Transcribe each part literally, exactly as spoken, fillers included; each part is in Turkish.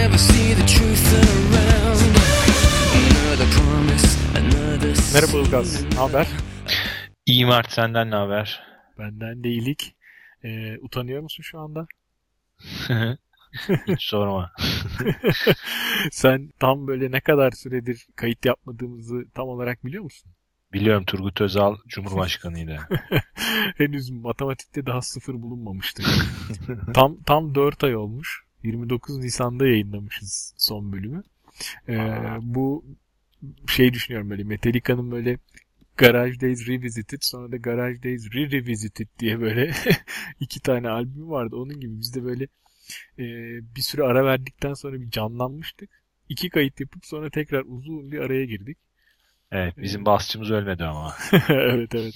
Merhaba Ilgaz, ne haber? İyi Mert, senden ne haber? Benden de iyilik. Ee, utanıyor musun şu anda? Hiç sorma. Sen tam böyle ne kadar süredir kayıt yapmadığımızı tam olarak biliyor musun? Biliyorum, Turgut Özal Cumhurbaşkanıydı. Henüz matematikte daha sıfır bulunmamıştık. Tam tam dört ay olmuş. yirmi dokuz Nisan'da yayınlamışız son bölümü. Ee, Aa, bu şey düşünüyorum, böyle Metallica'nın böyle Garage Days Revisited, sonra da Garage Days Re-Revisited diye böyle iki tane albüm vardı. Onun gibi biz de böyle e, bir süre ara verdikten sonra bir canlanmıştık. İki kayıt yapıp sonra tekrar uzun bir araya girdik. evet, E, bizim basçımız ölmedi ama. evet evet.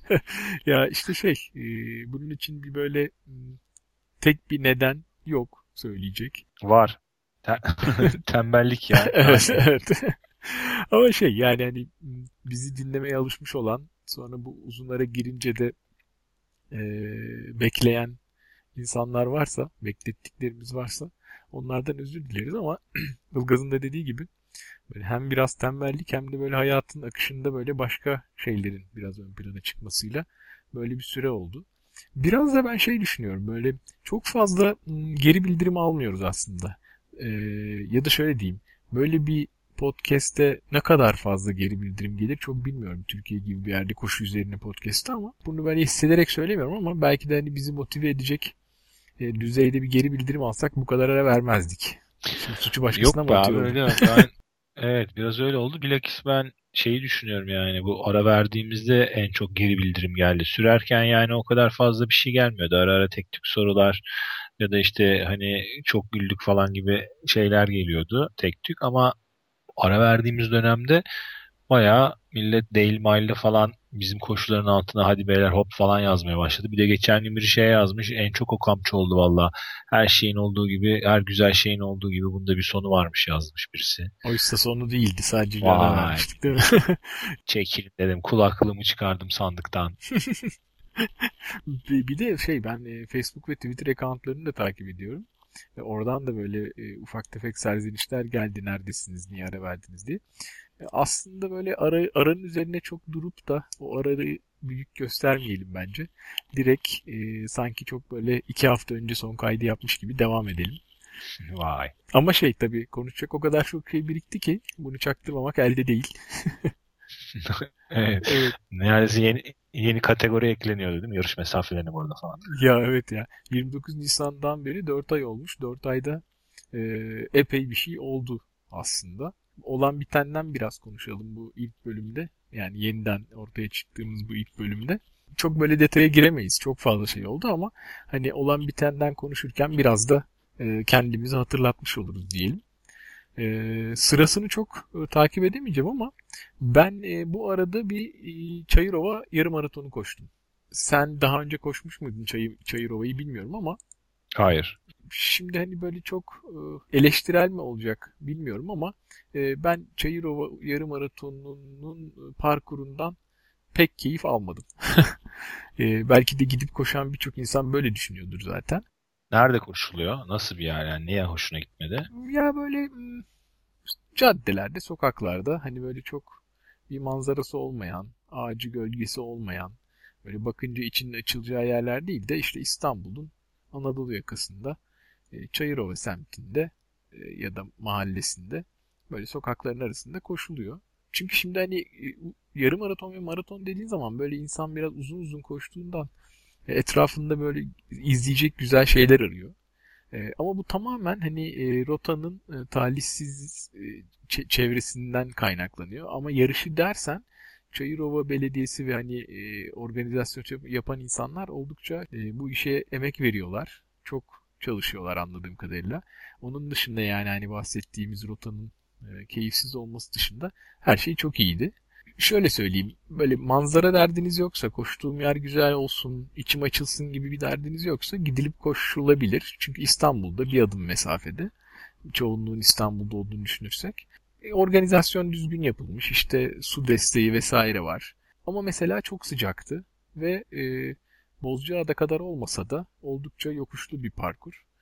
Ya işte şey, e, bunun için bir böyle m, tek bir neden yok söyleyecek. Var. Te- Tembellik ya Evet sadece. evet. Ama şey, yani hani m, bizi dinlemeye alışmış olan, sonra bu uzun ara girince de e, bekleyen insanlar varsa, beklettiklerimiz varsa onlardan özür dileriz ama Ilgaz'ın da dediği gibi böyle hem biraz tembellik hem de böyle hayatın akışında böyle başka şeylerin biraz ön plana çıkmasıyla böyle bir süre oldu. Biraz da ben şey düşünüyorum, böyle çok fazla ım, geri bildirim almıyoruz aslında. Ee, ya da şöyle diyeyim, böyle bir podcast'te ne kadar fazla geri bildirim gelir çok bilmiyorum, Türkiye gibi bir yerde koşu üzerine podcast'te, ama bunu ben hissederek söylemiyorum, ama belki de hani bizi motive edecek e, düzeyde bir geri bildirim alsak bu kadar ara vermezdik. Şimdi suçu başkasına Yok mı be abi, atıyorum? öyle. Ben evet, biraz öyle oldu. Bilakis ben şeyi düşünüyorum, yani bu ara verdiğimizde en çok geri bildirim geldi. Sürerken yani o kadar fazla bir şey gelmiyordu. Ara ara tek tük sorular ya da işte hani çok güldük falan gibi şeyler geliyordu tek tük, ama ara verdiğimiz dönemde bayağı millet değil maille falan bizim koşuların altına hadi beyler hop falan yazmaya başladı. Bir de geçen gün bir şey yazmış. En çok o kampçı oldu valla. Her şeyin olduğu gibi, her güzel şeyin olduğu gibi bunda bir sonu varmış yazmış birisi. Oysa sonu değildi. Sadece bir ara Vay, vermiştik değil mi? çekilin dedim. Kulaklığımı çıkardım sandıktan. Bir bir de şey, ben e, Facebook ve Twitter accountlarını da takip ediyorum. Ve oradan da böyle e, ufak tefek serzenişler geldi. Neredesiniz, niye ara verdiniz diye. E, aslında böyle ara, aranın üzerine çok durup da o arayı büyük göstermeyelim bence. Direkt e, sanki çok böyle iki hafta önce son kaydı yapmış gibi devam edelim. Vay. Ama şey, tabii konuşacak o kadar çok şey birikti ki bunu çaktırmamak elde değil. Evet. Evet. Neredeyse yeni, yeni kategori ekleniyordu değil mi? Yarış mesafelerine burada falan. Ya evet ya. yirmi dokuz Nisan'dan beri dört ay olmuş. dört ayda e, epey bir şey oldu aslında. Olan bitenden biraz konuşalım bu ilk bölümde. Yani yeniden ortaya çıktığımız bu ilk bölümde. Çok böyle detaya giremeyiz. Çok fazla şey oldu ama hani olan bitenden konuşurken biraz da e, kendimizi hatırlatmış oluruz diyelim. E, sırasını çok e, takip edemeyeceğim ama ben e, bu arada bir e, Çayırova yarım maratonu koştum. Sen daha önce koşmuş muydun Çayı, Çayırova'yı bilmiyorum ama Hayır. şimdi hani böyle çok e, eleştirel mi olacak bilmiyorum ama e, ben Çayırova yarım maratonunun e, parkurundan pek keyif almadım. E, belki de gidip koşan birçok insan böyle düşünüyordur zaten. Nerede koşuluyor? Nasıl bir yer yani? Niye hoşuna gitmedi? Ya böyle mm, caddelerde, sokaklarda, hani böyle çok bir manzarası olmayan, ağacı gölgesi olmayan, böyle bakınca içinin açılacağı yerler değil de işte İstanbul'un Anadolu yakasında e, Çayırova semtinde e, ya da mahallesinde böyle sokakların arasında koşuluyor. Çünkü şimdi hani e, yarım maraton ve maraton dediğin zaman böyle insan biraz uzun uzun koştuğundan e, etrafında böyle izleyecek güzel şeyler arıyor. E, ama bu tamamen hani e, rotanın e, talihsiz e, çe- çevresinden kaynaklanıyor. Ama yarışı dersen Çayırova Belediyesi ve hani e, organizasyon yapan insanlar oldukça e, bu işe emek veriyorlar. Çok çalışıyorlar anladığım kadarıyla. Onun dışında yani hani bahsettiğimiz rotanın e, keyifsiz olması dışında her şey çok iyiydi. Şöyle söyleyeyim, böyle manzara derdiniz yoksa, koştuğum yer güzel olsun, içim açılsın gibi bir derdiniz yoksa gidilip koşulabilir. Çünkü İstanbul'da bir adım mesafede. Çoğunluğun İstanbul'da olduğunu düşünürsek. E, organizasyon düzgün yapılmış. İşte su desteği vesaire var. Ama mesela çok sıcaktı ve e, Bozcaada kadar olmasa da oldukça yokuşlu bir parkur.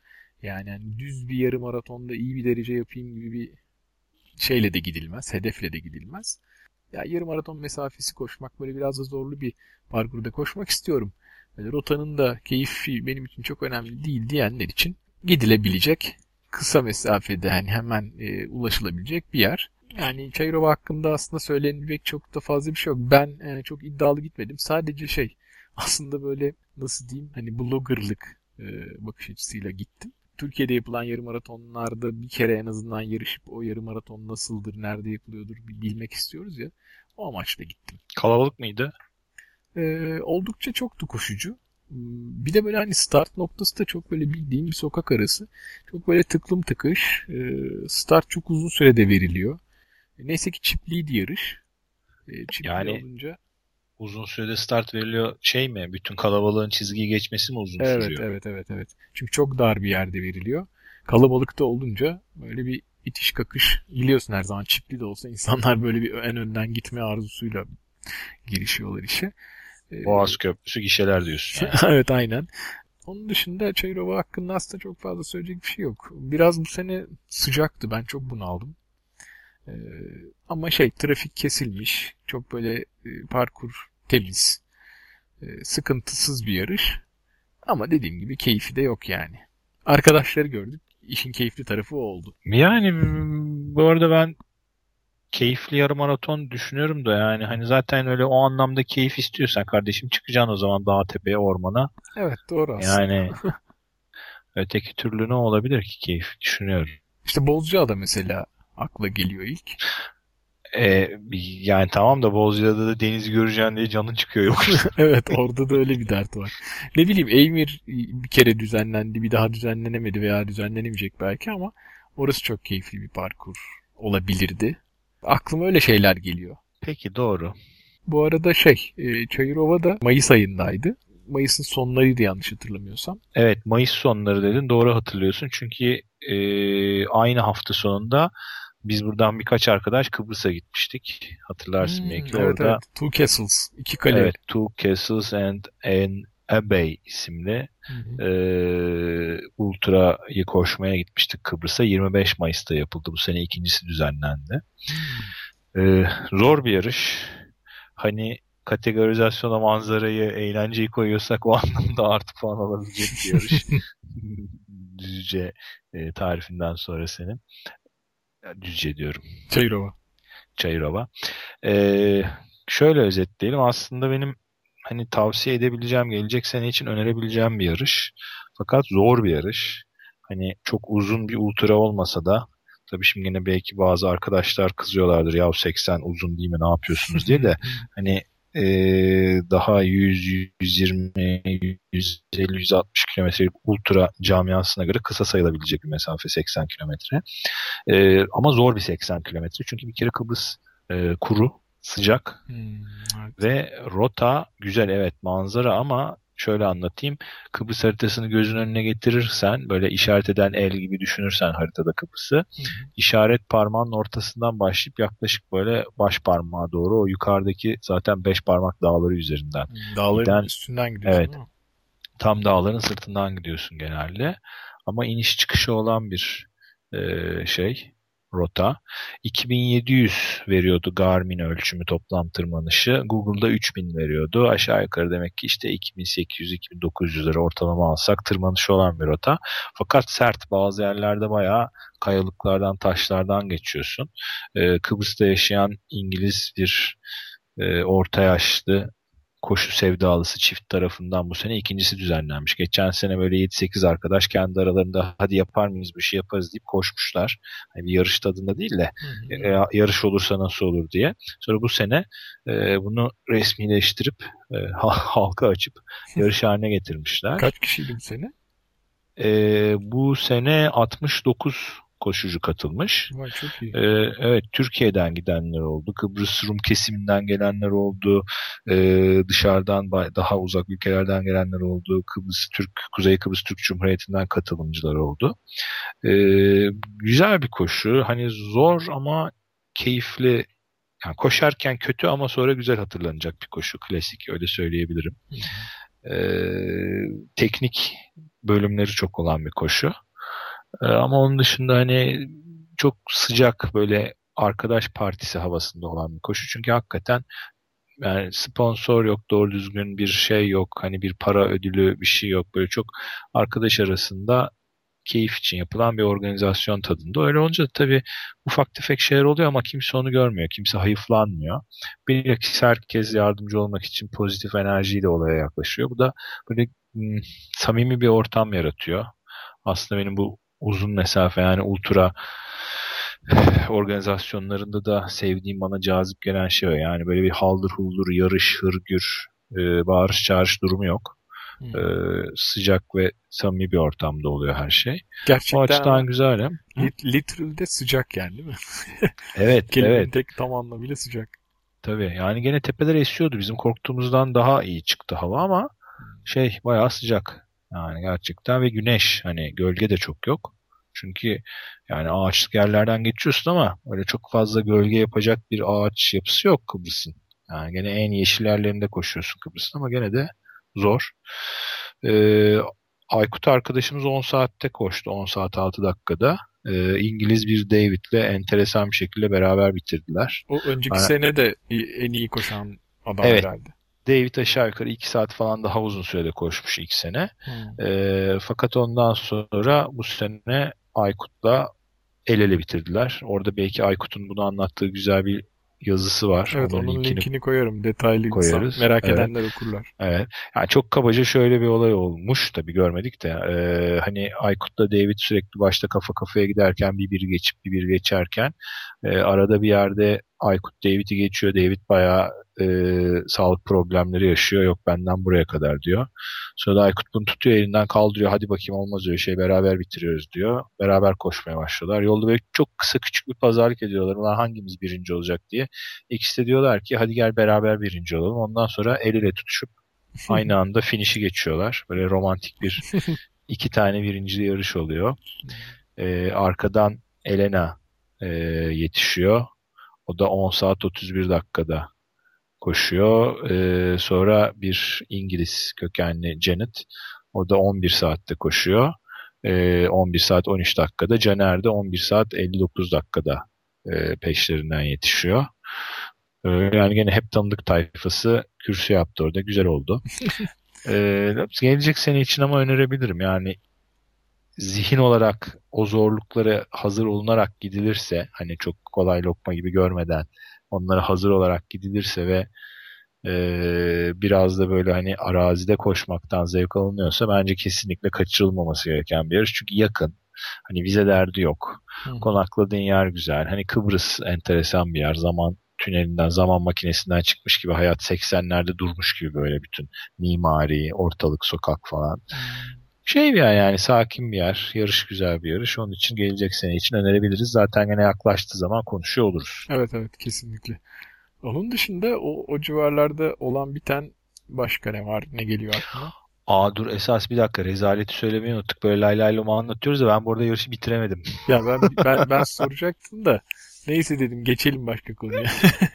Yani hani düz bir yarım maratonda iyi bir derece yapayım gibi bir şeyle de gidilmez, hedefle de gidilmez. Ya yarım maraton mesafesi koşmak böyle biraz da zorlu bir parkurda koşmak istiyorum. Böyle rotanın da keyfi benim için çok önemli değil diyenler için gidilebilecek kısa mesafede hani hemen e, ulaşılabilecek bir yer. Yani Çayırova hakkında aslında söylenecek çok da fazla bir şey yok. Ben e, çok iddialı gitmedim. Sadece şey aslında böyle nasıl diyeyim hani bloggerlık e, bakış açısıyla gittim. Türkiye'de yapılan yarım maratonlarda bir kere en azından yarışıp o yarım maraton nasıldır, nerede yapılıyordur bir bilmek istiyoruz ya. O amaçla gittim. Kalabalık mıydı? Ee, oldukça çoktu koşucu. Bir de böyle hani start noktası da çok böyle bildiğin bir sokak arası. Çok böyle tıklım tıkış. Ee, start çok uzun sürede veriliyor. Neyse ki çipliydi yarış. Ee, çipli Yani olunca uzun sürede start veriliyor şey mi? Bütün kalabalığın çizgiyi geçmesi mi uzun evet sürüyor? evet evet evet. Çünkü çok dar bir yerde veriliyor. Kalabalıkta olunca böyle bir itiş kakış biliyorsun her zaman çipli de olsa insanlar böyle bir en önden gitme arzusuyla girişiyorlar işe. Ee, Boğaz Köprüsü gişeler diyorsun yani. evet aynen. Onun dışında Çayırova hakkında aslında çok fazla söyleyecek bir şey yok. Biraz bu sene sıcaktı. Ben çok bunaldım. Ee, ama şey trafik kesilmiş. Çok böyle e, parkur temiz. E, sıkıntısız bir yarış. Ama dediğim gibi keyfi de yok yani. Arkadaşları gördük. İşin keyifli tarafı o oldu. Yani bu arada ben keyifli yarım maraton düşünüyorum da yani hani zaten öyle o anlamda keyif istiyorsan kardeşim çıkacaksın o zaman dağa tepeye ormana. Evet doğru aslında. Yani öteki türlü ne olabilir ki keyif düşünüyorum. İşte Bozcaada mesela akla geliyor ilk. Ee, yani tamam da Bozcaada'da da deniz göreceksin diye canın çıkıyor yok. Evet orada da öyle bir dert var. Ne bileyim Eymir bir kere düzenlendi bir daha düzenlenemedi veya düzenlenemeyecek belki ama orası çok keyifli bir parkur olabilirdi. Aklıma öyle şeyler geliyor. Peki doğru. Bu arada şey e, Çayırova da Mayıs ayındaydı. Mayıs'ın sonlarıydı yanlış hatırlamıyorsam. Evet Mayıs sonları dedin doğru hatırlıyorsun çünkü e, aynı hafta sonunda biz buradan birkaç arkadaş Kıbrıs'a gitmiştik. Hatırlarsın Hmm, belki evet evet. orada Two Castles. iki kale. evet Two Castles and an Abbey isimli Hı hı. e, ultra'yı koşmaya gitmiştik Kıbrıs'a. yirmi beş Mayıs'ta yapıldı. Bu sene ikincisi düzenlendi. Hmm. E, zor bir yarış. Hani kategorizasyona manzarayı, eğlenceyi koyuyorsak o anlamda artı puan alabilecek bir yarış. Düzce e, tarifinden sonra senin. Düzce diyorum. Çayırova. Çayırova. Ee, şöyle özetleyelim. Aslında benim hani tavsiye edebileceğim, gelecek sene için önerebileceğim bir yarış. Fakat zor bir yarış. Hani çok uzun bir ultra olmasa da tabii şimdi yine belki bazı arkadaşlar kızıyorlardır. Ya seksen uzun değil mi ne yapıyorsunuz diye de hani ee, daha yüz, yüz yirmi, yüz elli, yüz altmış kilometrelik ultra camiasına göre kısa sayılabilecek bir mesafe seksen kilometre. Ee, ama zor bir seksen kilometre. Çünkü bir kere Kıbrıs e, kuru, sıcak Hmm, evet. ve rota güzel evet manzara ama şöyle anlatayım. Kıbrıs haritasını gözün önüne getirirsen böyle işaret eden el gibi düşünürsen haritada Kıbrıs'ı Hı hı. işaret parmağının ortasından başlayıp yaklaşık böyle baş parmağa doğru o yukarıdaki zaten beş parmak dağları üzerinden Hmm, Dağların giden üstünden gidiyorsun evet değil mi? tam dağların sırtından gidiyorsun genelde. Ama iniş çıkışı olan bir e, şey rota. iki bin yedi yüz veriyordu Garmin ölçümü toplam tırmanışı. Google'da üç bin veriyordu. Aşağı yukarı demek ki işte iki bin sekiz yüz iki bin dokuz yüz lira ortalama alsak tırmanışı olan bir rota. Fakat sert bazı yerlerde bayağı kayalıklardan, taşlardan geçiyorsun. E, Kıbrıs'ta yaşayan İngiliz bir e, orta yaşlı koşu sevdalısı çift tarafından bu sene ikincisi düzenlenmiş. Geçen sene böyle yedi sekiz arkadaş kendi aralarında hadi yapar mıyız bir şey yaparız deyip koşmuşlar. Hani bir yarış tadında değil de Hı hı. e, yarış olursa nasıl olur diye. Sonra bu sene e, bunu resmileştirip e, halka açıp yarış haline getirmişler. Kaç kişiydi bu sene? E, bu sene altmış dokuz koşucu katılmış. Vay çok iyi. Ee, evet Türkiye'den gidenler oldu. Kıbrıs Rum kesiminden gelenler oldu. Ee, dışarıdan daha uzak ülkelerden gelenler oldu. Kıbrıs Türk, Kuzey Kıbrıs Türk Cumhuriyeti'nden katılımcılar oldu. Ee, güzel bir koşu. Hani zor ama keyifli. Yani koşarken kötü ama sonra güzel hatırlanacak bir koşu. Klasik öyle söyleyebilirim. Hı hı. Ee, teknik bölümleri çok olan bir koşu. Ee, ama onun dışında hani çok sıcak böyle arkadaş partisi havasında olan bir koşu. Çünkü hakikaten yani sponsor yok, doğru düzgün bir şey yok. Hani bir para ödülü bir şey yok. Böyle çok arkadaş arasında keyif için yapılan bir organizasyon tadında. Öyle olunca da tabii ufak tefek şeyler oluyor ama kimse onu görmüyor. Kimse hayıflanmıyor. Bilakis herkes yardımcı olmak için pozitif enerjiyle olaya yaklaşıyor. Bu da böyle hmm, samimi bir ortam yaratıyor. Aslında benim bu uzun mesafe yani ultra organizasyonlarında da sevdiğim, bana cazip gelen şey o. Yani böyle bir haldır huldur, yarış, hırgür, e, bağırış çağırış durumu yok. E, Hmm. sıcak ve samimi bir ortamda oluyor her şey. O Gerçekten ama açıdan güzel hem. Hı? lit literalde sıcak yani, değil mi? Evet, evet. Kelimenin tek tam anlamıyla sıcak. Tabii. Yani gene tepeler esiyordu. Bizim korktuğumuzdan daha iyi çıktı hava ama Hmm. şey bayağı sıcak. Yani gerçekten ve güneş, hani gölge de çok yok. Çünkü yani ağaçlık yerlerden geçiyorsun ama öyle çok fazla gölge yapacak bir ağaç yapısı yok Kıbrıs'ın. Yani gene en yeşil yerlerinde koşuyorsun Kıbrıs'ın ama gene de zor. Ee, Aykut arkadaşımız on saatte koştu. on saat altı dakikada. Ee, İngiliz bir David'le enteresan bir şekilde beraber bitirdiler. O önceki Yani, sene de en iyi koşan adam evet, herhalde. David aşağı yukarı iki saat falan daha uzun sürede koşmuş ilk sene. Hmm. Ee, fakat ondan sonra bu sene Aykut'la el ele bitirdiler. Orada belki Aykut'un bunu anlattığı güzel bir yazısı var. Evet, Onun onun linkini linkini koyarım. Detaylıysa koyarız. merak Evet. edenler okurlar. Evet. Yani çok kabaca şöyle bir olay olmuş. Tabii görmedik de. Ee, hani Aykut'la David sürekli başta kafa kafaya giderken bir bir geçip bir bir geçerken e, arada bir yerde Aykut David'i geçiyor. David bayağı e, sağlık problemleri yaşıyor. Yok benden buraya kadar diyor. Sonra da Aykut bunu tutuyor, elinden kaldırıyor. Hadi bakayım, olmaz öyle şey, beraber bitiriyoruz diyor. Beraber koşmaya başlıyorlar. Yolda böyle çok kısa küçük bir pazarlık ediyorlar. Ulan hangimiz birinci olacak diye. İkisi de diyorlar ki hadi gel beraber birinci olalım. Ondan sonra el ele tutuşup aynı anda finişi geçiyorlar. Böyle romantik bir iki tane birincili yarış oluyor. Ee, arkadan Elena e, yetişiyor. O da on saat otuz bir dakikada koşuyor. Ee, sonra bir İngiliz kökenli Janet. O da on bir saatte koşuyor. Ee, on bir saat on üç dakikada. Caner de on bir saat elli dokuz dakikada e, peşlerinden yetişiyor. Ee, yani gene hep tanıdık tayfası kürsü yaptı orada. Güzel oldu. Ee, gelecek sene için ama önerebilirim. Yani zihin olarak o zorluklara hazır olunarak gidilirse, hani çok kolay lokma gibi görmeden onlara hazır olarak gidilirse ve e, biraz da böyle hani arazide koşmaktan zevk alınıyorsa bence kesinlikle kaçırılmaması gereken bir yarış. Çünkü yakın. Hani vize derdi yok. Hı hı. Konakladığın yer güzel. Hani Kıbrıs enteresan bir yer. Zaman tünelinden, zaman makinesinden çıkmış gibi, hayat seksenlerde durmuş gibi, böyle bütün mimari, ortalık, sokak falan. Hmm. Şey bir yer yani, sakin bir yer. Yarış güzel bir yarış. Onun için gelecek sene için önerebiliriz. Zaten gene yaklaştığı zaman konuşuyor oluruz. Evet, evet, kesinlikle. Onun dışında o, o civarlarda olan biten başka ne var? Ne geliyor aklına? Aa dur, esas bir dakika, rezaleti söylemeyi unuttuk. Böyle lay lay loma anlatıyoruz da ben burada yarışı bitiremedim. Ya ben ben ben soracaktım da neyse dedim, geçelim başka konuya.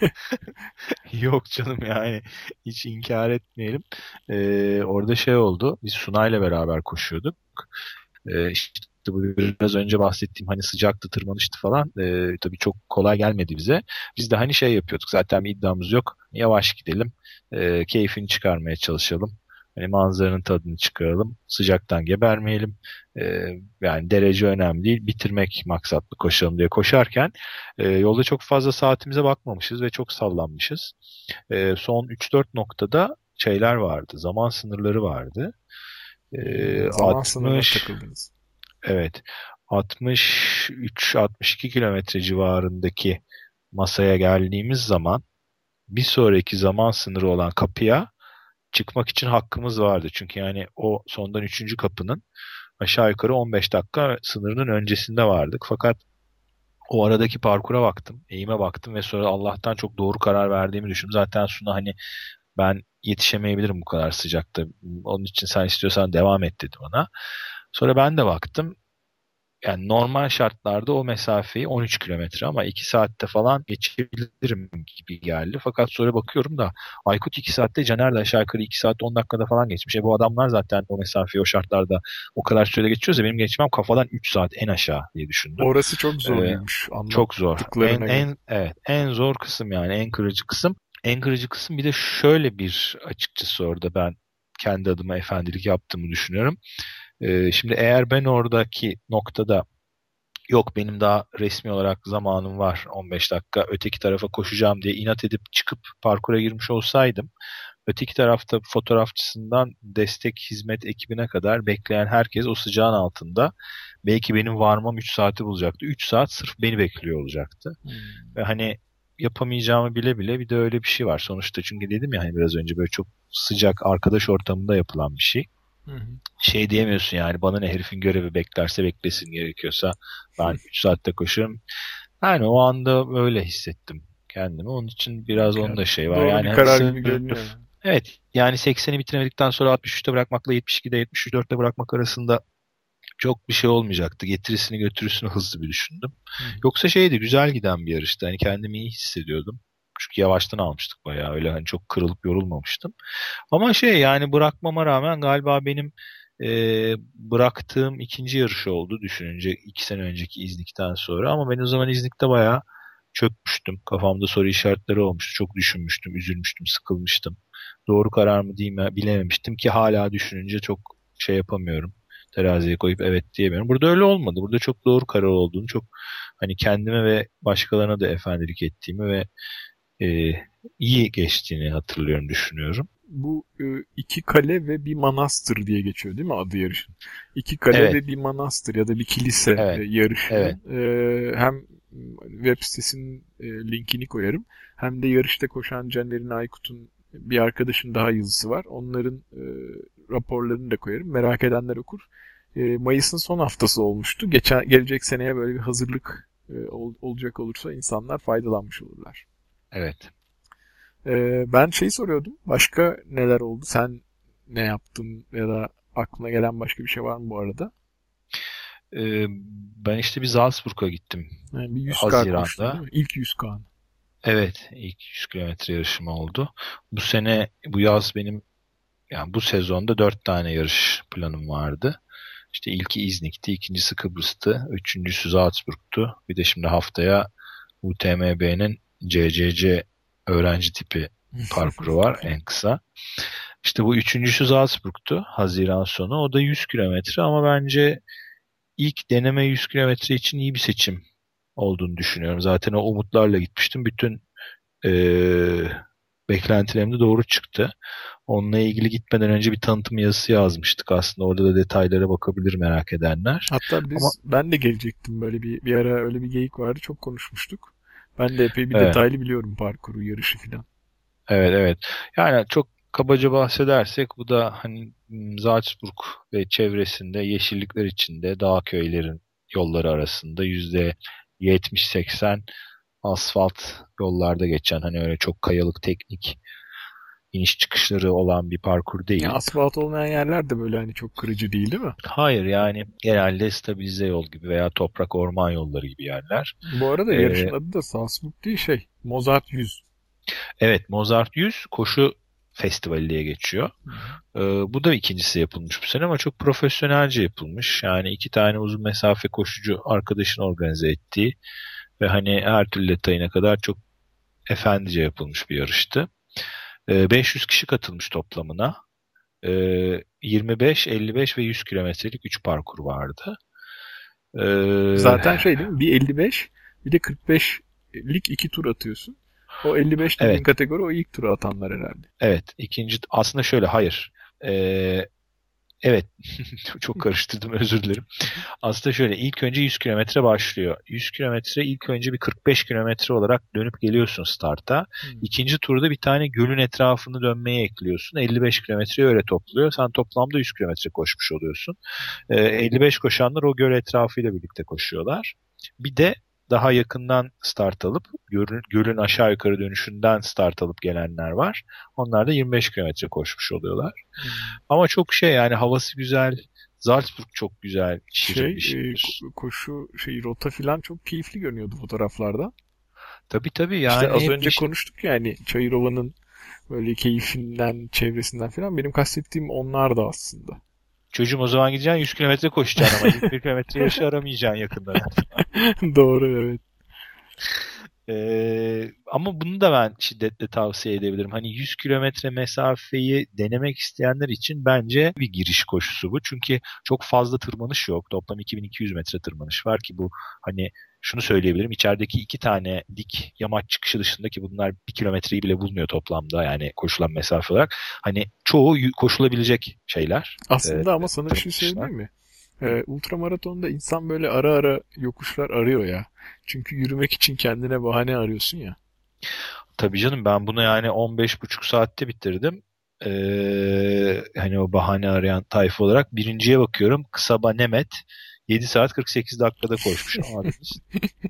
Yok canım, yani hiç inkar etmeyelim. Ee, orada şey oldu. Biz Sunay'la beraber koşuyorduk. Ee, işte bu biraz önce bahsettiğim hani sıcaktı, tırmanıştı falan. Ee, tabii çok kolay gelmedi bize. Biz de hani şey yapıyorduk. Zaten bir iddiamız yok. Yavaş gidelim. Ee, keyfini çıkarmaya çalışalım. Hani manzaranın tadını çıkaralım. Sıcaktan gebermeyelim. Ee, yani derece önemli değil. Bitirmek maksatlı koşalım diye koşarken e, yolda çok fazla saatimize bakmamışız ve çok sallanmışız. E, son üç dört noktada şeyler vardı. Zaman sınırları vardı. E, Hmm, zaman sınırına altmış, takıldınız. evet, altmış üç altmış iki kilometre civarındaki masaya geldiğimiz zaman bir sonraki zaman sınırı olan kapıya çıkmak için hakkımız vardı. Çünkü yani o sondan üçüncü kapının aşağı yukarı on beş dakika sınırının öncesinde vardık. Fakat o aradaki parkura baktım, eğime baktım ve sonra Allah'tan çok doğru karar verdiğimi düşündüm. Zaten Suna hani ben yetişemeyebilirim bu kadar sıcakta. Onun için sen istiyorsan devam et dedi bana. Sonra ben de baktım. yani normal şartlarda o mesafeyi on üç kilometre ama iki saatte falan geçebilirim gibi geldi. Fakat sonra bakıyorum da Aykut iki saatte, Caner de aşağı yukarı iki saat on dakikada falan geçmiş. E bu adamlar zaten o mesafeyi o şartlarda o kadar sürede geçiyorsa benim geçmem kafadan üç saat en aşağı diye düşündüm. Orası çok Ee, zorluymuş çok zor. En anlattıklarına göre. en evet en zor kısım, yani en kırıcı kısım. En kırıcı kısım bir de şöyle bir, açıkçası orada ben kendi adıma efendilik yaptığımı düşünüyorum. Ee, şimdi eğer ben oradaki noktada yok benim daha resmi olarak zamanım var on beş dakika öteki tarafa koşacağım diye inat edip çıkıp parkura girmiş olsaydım, öteki tarafta fotoğrafçısından destek hizmet ekibine kadar bekleyen herkes o sıcağın altında belki benim varmam üç saati bulacaktı. üç saat sırf beni bekliyor olacaktı. Hmm. Ve hani yapamayacağımı bile bile bir de öyle bir şey var. Sonuçta çünkü dedim ya hani biraz önce, böyle çok sıcak arkadaş ortamında yapılan bir şey. Hı hı. Şey diyemiyorsun yani, bana ne, herifin görevi beklerse beklesin, gerekiyorsa ben üç saatte koşarım. Yani o anda öyle hissettim kendimi. Onun için biraz onun da şey var. Doğru bir Yani hani karar gibi sırf, görünüyor yani. evet yani sekseni bitiremedikten sonra altmış üçte bırakmakla yetmiş ikide yetmiş dörtte bırakmak arasında çok bir şey olmayacaktı. Getirisini götürüsünü hızlı bir düşündüm. Hı hı. Yoksa şeydi, güzel giden bir yarıştı. Hani kendimi iyi hissediyordum. Çünkü yavaştan almıştık bayağı. Öyle hani çok kırılıp yorulmamıştım. Ama şey, yani bırakmama rağmen galiba benim e, bıraktığım ikinci yarış oldu düşününce, iki sene önceki İznik'ten sonra. Ama ben o zaman İznik'te bayağı çökmüştüm. Kafamda soru işaretleri olmuştu. Çok düşünmüştüm, üzülmüştüm, sıkılmıştım. Doğru karar mı değil mi bilememiştim ki hala düşününce çok şey yapamıyorum. Teraziye koyup evet diyemiyorum. Burada öyle olmadı. Burada çok doğru karar olduğunu, çok hani kendime ve başkalarına da efendilik ettiğimi ve e, iyi geçtiğini hatırlıyorum, düşünüyorum. Bu e, iki kale ve bir manastır diye geçiyor değil mi adı yarışın? İki kale Evet, ve bir manastır ya da bir kilise e, evet, yarışı. evet. E, hem web sitesinin e, linkini koyarım. Hem de yarışta koşan Caner'in, Aykut'un bir arkadaşın daha yazısı var. Onların e, raporlarını da koyarım. Merak edenler okur. E, Mayıs'ın son haftası olmuştu. Geçen gelecek seneye böyle bir hazırlık e, ol, olacak olursa insanlar faydalanmış olurlar. Evet. Ee, ben şeyi soruyordum. Başka neler oldu? Sen ne yaptın ya da aklına gelen başka bir şey var mı bu arada? Ee, ben işte bir Salzburg'a gittim Yani bir yüz K koştun değil Haziran'da. mi? İlk yüz K'nı. Evet, ilk yüz kilometre yarışım oldu. Bu sene, bu yaz benim, yani bu sezonda dört tane yarış planım vardı. İşte ilki İznik'ti, ikincisi Kıbrıs'tı, üçüncüsü Salzburg'tu. Bir de şimdi haftaya U T M B'nin C C C öğrenci tipi parkuru var, en kısa. İşte bu üçüncüsü Salzburg'tu, Haziran sonu. O da yüz kilometre ama bence ilk deneme yüz kilometre için iyi bir seçim olduğunu düşünüyorum. Zaten o umutlarla gitmiştim. Bütün eee beklentilerim de doğru çıktı. Onunla ilgili gitmeden önce bir tanıtım yazısı yazmıştık aslında. Orada da detaylara bakabilir merak edenler. Hatta Ama biz ben de gelecektim, böyle bir bir ara öyle bir geyik vardı, çok konuşmuştuk. Ben de epey bir evet, detaylı biliyorum parkuru, yarışı filan. evet, evet. Yani çok kabaca bahsedersek bu da hani m, Salzburg ve çevresinde yeşillikler içinde dağ köylerin yolları arasında yüzde yetmiş seksen asfalt yollarda geçen, hani öyle çok kayalık teknik iniş çıkışları olan bir parkur Ya değil. asfalt olmayan yerler de böyle hani çok kırıcı değil, değil mi? Hayır, yani genelde stabilize yol gibi veya toprak orman yolları gibi yerler. Bu arada yarışın Ee, adı da Salzburg değil, şey, Mozart yüz. evet, Mozart yüz koşu festivali diye geçiyor. Hı hı. Ee, bu da ikincisi yapılmış bu sene ama çok profesyonelce yapılmış. Yani iki tane uzun mesafe koşucu arkadaşın organize ettiği ve hani her türlü detayına kadar çok efendice yapılmış bir yarıştı. Ee, beş yüz kişi katılmış toplamına. Ee, yirmi beş, elli beş ve yüz kilometrelik üç parkur vardı. Ee, Zaten şey değil mi? Bir elli beş, bir de kırk beşlik iki tur atıyorsun. O elli beş dediğin evet, kategori o ilk tura atanlar herhalde. evet. İkinci aslında şöyle, hayır. Ee, evet, çok karıştırdım, özür dilerim. Aslında şöyle, ilk önce yüz kilometre başlıyor. yüz kilometre ilk önce bir kırk beş kilometre olarak dönüp geliyorsun starta. Hmm. İkinci turda bir tane gölün etrafını dönmeye ekliyorsun. elli beş kilometreyi öyle topluyor. Sen toplamda yüz kilometre koşmuş oluyorsun. Ee, elli beş koşanlar o göl etrafıyla birlikte koşuyorlar. Bir de daha yakından start alıp gölün, gölün aşağı yukarı dönüşünden start alıp gelenler var. Onlar da yirmi beş kilometre koşmuş oluyorlar. Hmm. Ama çok şey, yani havası güzel, Salzburg çok güzel, şirin bir Şey e, şehir. ko- koşu şey rota filan çok keyifli görünüyordu fotoğraflarda. Tabii tabii, İşte yani az hep önce işte konuştuk yani Çayırova'nın böyle keyfinden, çevresinden filan. Benim kastettiğim onlar da aslında. çocuğum o zaman gideceksin yüz kilometre koşacaksın ama yirmi bir kilometre yarışı aramayacaksın yakında. Doğru, evet. Ee, ama bunu da ben şiddetle tavsiye edebilirim. Hani yüz kilometre mesafeyi denemek isteyenler için bence bir giriş koşusu bu. Çünkü çok fazla tırmanış yok. Toplam iki bin iki yüz metre tırmanış var ki bu, hani şunu söyleyebilirim. İçerideki iki tane dik yamaç çıkışı dışında, ki bunlar bir kilometreyi bile bulmuyor toplamda, yani koşulan mesafe olarak. Hani çoğu y- koşulabilecek şeyler. E, Aslında ama sana bir şey tırmanışlar. söyleyeyim mi? Ee, ultramaratonda insan böyle ara ara yokuşlar arıyor ya. Çünkü yürümek için kendine bahane arıyorsun ya. Tabii canım, ben bunu yani on beş buçuk saatte bitirdim. Ee, hani o bahane arayan tayfa olarak birinciye bakıyorum. Kısaba Nemet yedi saat kırk sekiz dakikada koşmuş. Anladınız.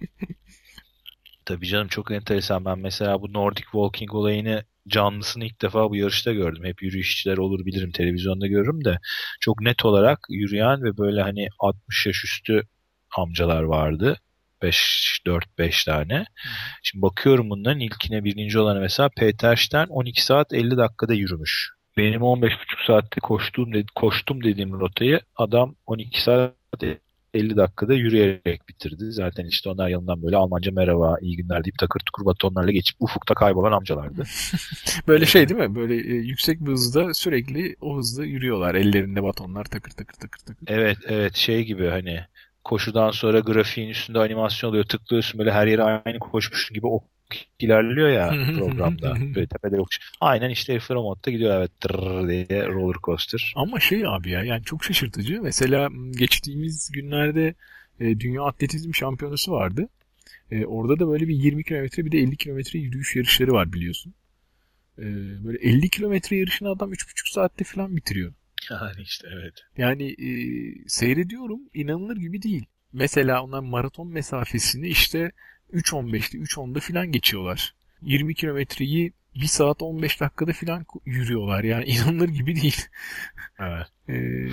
Tabii canım, çok enteresan. Ben mesela bu Nordic Walking olayını, canlısını ilk defa bu yarışta gördüm. Hep yürüyüşçüler olur bilirim, televizyonda görürüm de çok net olarak yürüyen ve böyle hani altmış yaş üstü amcalar vardı. beş dört beş tane. Hı hı. Şimdi bakıyorum bunların ilkine, birinci olanı mesela Peter Stern on iki saat elli dakikada yürümüş. Benim on beş buçuk saatte koştuğum dedi, koştum dediğim rotayı adam on iki saat elli dakikada yürüyerek bitirdi. Zaten işte onlar yanından böyle Almanca merhaba, iyi günler deyip takır tukur batonlarla geçip ufukta kaybolan amcalardı. Böyle Ee, şey değil mi? Böyle e, yüksek bir hızda sürekli o hızda yürüyorlar. Ellerinde batonlar takır takır takır takır. evet evet, şey gibi hani koşudan sonra grafiğin üstünde animasyon oluyor. Tıklıyorsun böyle her yere aynı koşmuşsun gibi ok ilerliyor ya programda. Böyle tepede yokuş. Aynen işte Efra modda gidiyor, evet, tırrrr diye roller coaster. Ama şey abi ya yani çok şaşırtıcı. Mesela m, geçtiğimiz günlerde e, Dünya Atletizm Şampiyonası vardı. E, orada da böyle bir yirmi kilometre bir de elli kilometre yürüyüş yarışları var biliyorsun. E, böyle elli kilometre yarışını adam üç buçuk saatte falan bitiriyor. Yani işte evet. Yani e, seyrediyorum inanılır gibi değil. Mesela onlar maraton mesafesini işte üç on beşte üç onda falan geçiyorlar. yirmi kilometreyi bir saat on beş dakikada falan yürüyorlar. Yani inanılır gibi değil. Evet. E,